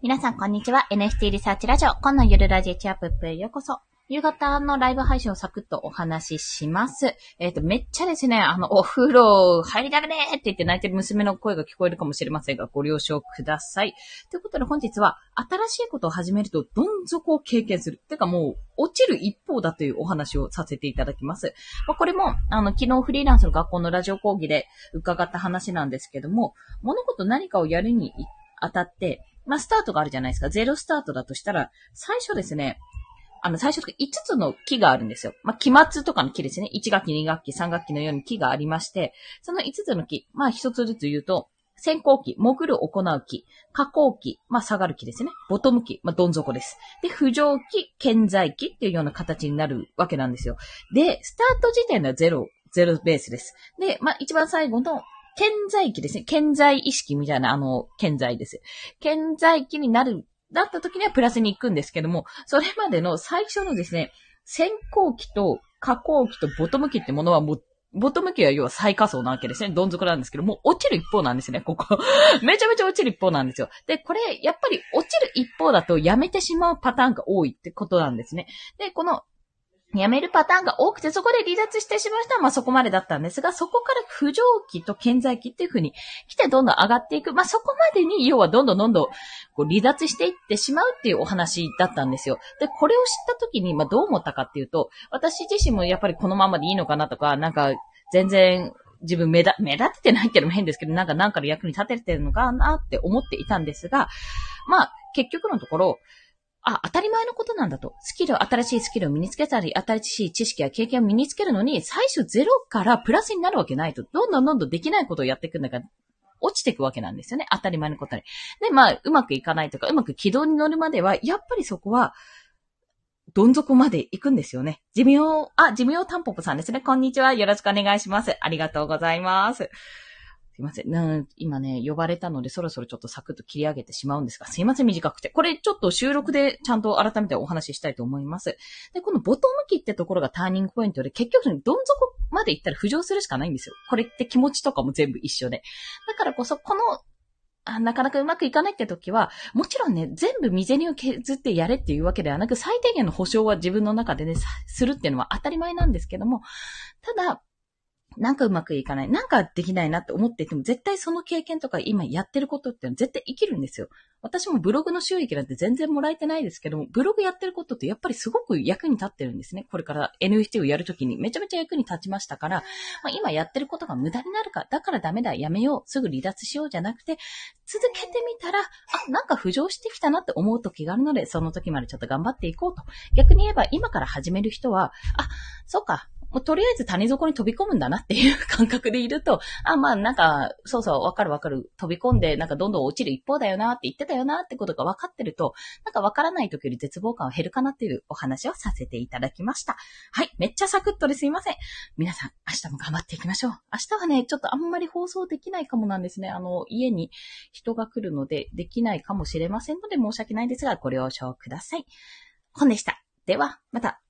皆さん、こんにちは。NFT リサーチラジオ、今のゆるラジチアップへようこそ。夕方のライブ配信をサクッとお話しします。めっちゃですね、お風呂入りたくねーって言って泣いてる娘の声が聞こえるかもしれませんが、ご了承ください。ということで本日は、新しいことを始めると、どん底を経験する。てかもう、落ちる一方だというお話をさせていただきます。これも、昨日フリーランスの学校のラジオ講義で伺った話なんですけども、物事何かをやるにあたって、スタートがあるじゃないですか。ゼロスタートだとしたら、最初ですね、最初とか5つの木があるんですよ。期末とかの木ですね。1学期、2学期、3学期のように木がありまして、その5つの木、1つずつ言うと、先行期、潜る行う期、下降期、下がる期ですね。ボトム期、どん底です。で、浮上期、顕在期っていうような形になるわけなんですよ。で、スタート時点ではゼロベースです。で、一番最後の顕在期ですね。顕在意識みたいな、顕在です。顕在期にだった時にはプラスに行くんですけども、それまでの最初のですね、先行期と下降期とボトム期ってものはもう、ボトム期は要は最下層なわけですね。どん底なんですけども、落ちる一方なんですね、ここ。めちゃめちゃ落ちる一方なんですよ。で、これ、やっぱり落ちる一方だとやめてしまうパターンが多いってことなんですね。で、この、辞めるパターンが多くて、そこで離脱してしまう人はそこまでだったんですが、そこから浮上期と顕在期っていう風に来てどんどん上がっていく。そこまでに要はどんどんこう離脱していってしまうっていうお話だったんですよ。で、これを知った時にどう思ったかっていうと、私自身もやっぱりこのままでいいのかなとか、全然自分目立っててないっていうのも変ですけど、なんかで役に立ててるのかなって思っていたんですが、結局のところ、当たり前のことなんだと。新しいスキルを身につけたり、新しい知識や経験を身につけるのに、最初ゼロからプラスになるわけないと。どんどんできないことをやっていくんだから、落ちていくわけなんですよね。当たり前のことに。で、うまくいかないとか、うまく軌道に乗るまでは、やっぱりそこは、どん底まで行くんですよね。寿命タンポポさんですね。こんにちは。よろしくお願いします。ありがとうございます。すいません。今ね、呼ばれたのでそろそろちょっとサクッと切り上げてしまうんですが、すいません、短くて。これちょっと収録でちゃんと改めてお話ししたいと思います。で、このボトム期ってところがターニングポイントで、結局どん底まで行ったら浮上するしかないんですよ。これって気持ちとかも全部一緒で。だからこそ、なかなかうまくいかないって時は、もちろんね、全部身銭を削ってやれっていうわけではなく、最低限の保証は自分の中でね、するっていうのは当たり前なんですけども、ただ、うまくいかない。できないなって思っていても、絶対その経験とか今やってることって絶対生きるんですよ。私もブログの収益なんて全然もらえてないですけども、ブログやってることってやっぱりすごく役に立ってるんですね。これから NFT をやるときにめちゃめちゃ役に立ちましたから、今やってることが無駄になるか、だからダメだ、やめよう、すぐ離脱しようじゃなくて、続けてみたら、浮上してきたなって思う時があるので、その時までちょっと頑張っていこうと。逆に言えば今から始める人は、そうか、もうとりあえず谷底に飛び込むんだなっていう感覚でいると、そうそう、わかる。飛び込んで、どんどん落ちる一方だよなって言ってたよなってことが分かってると、わからない時より絶望感は減るかなっていうお話をさせていただきました。はい、めっちゃサクッとですいません。皆さん、明日も頑張っていきましょう。明日はね、ちょっとあんまり放送できないかもなんですね。家に人が来るので、できないかもしれませんので、申し訳ないですが、ご了承ください。本でした。では、また。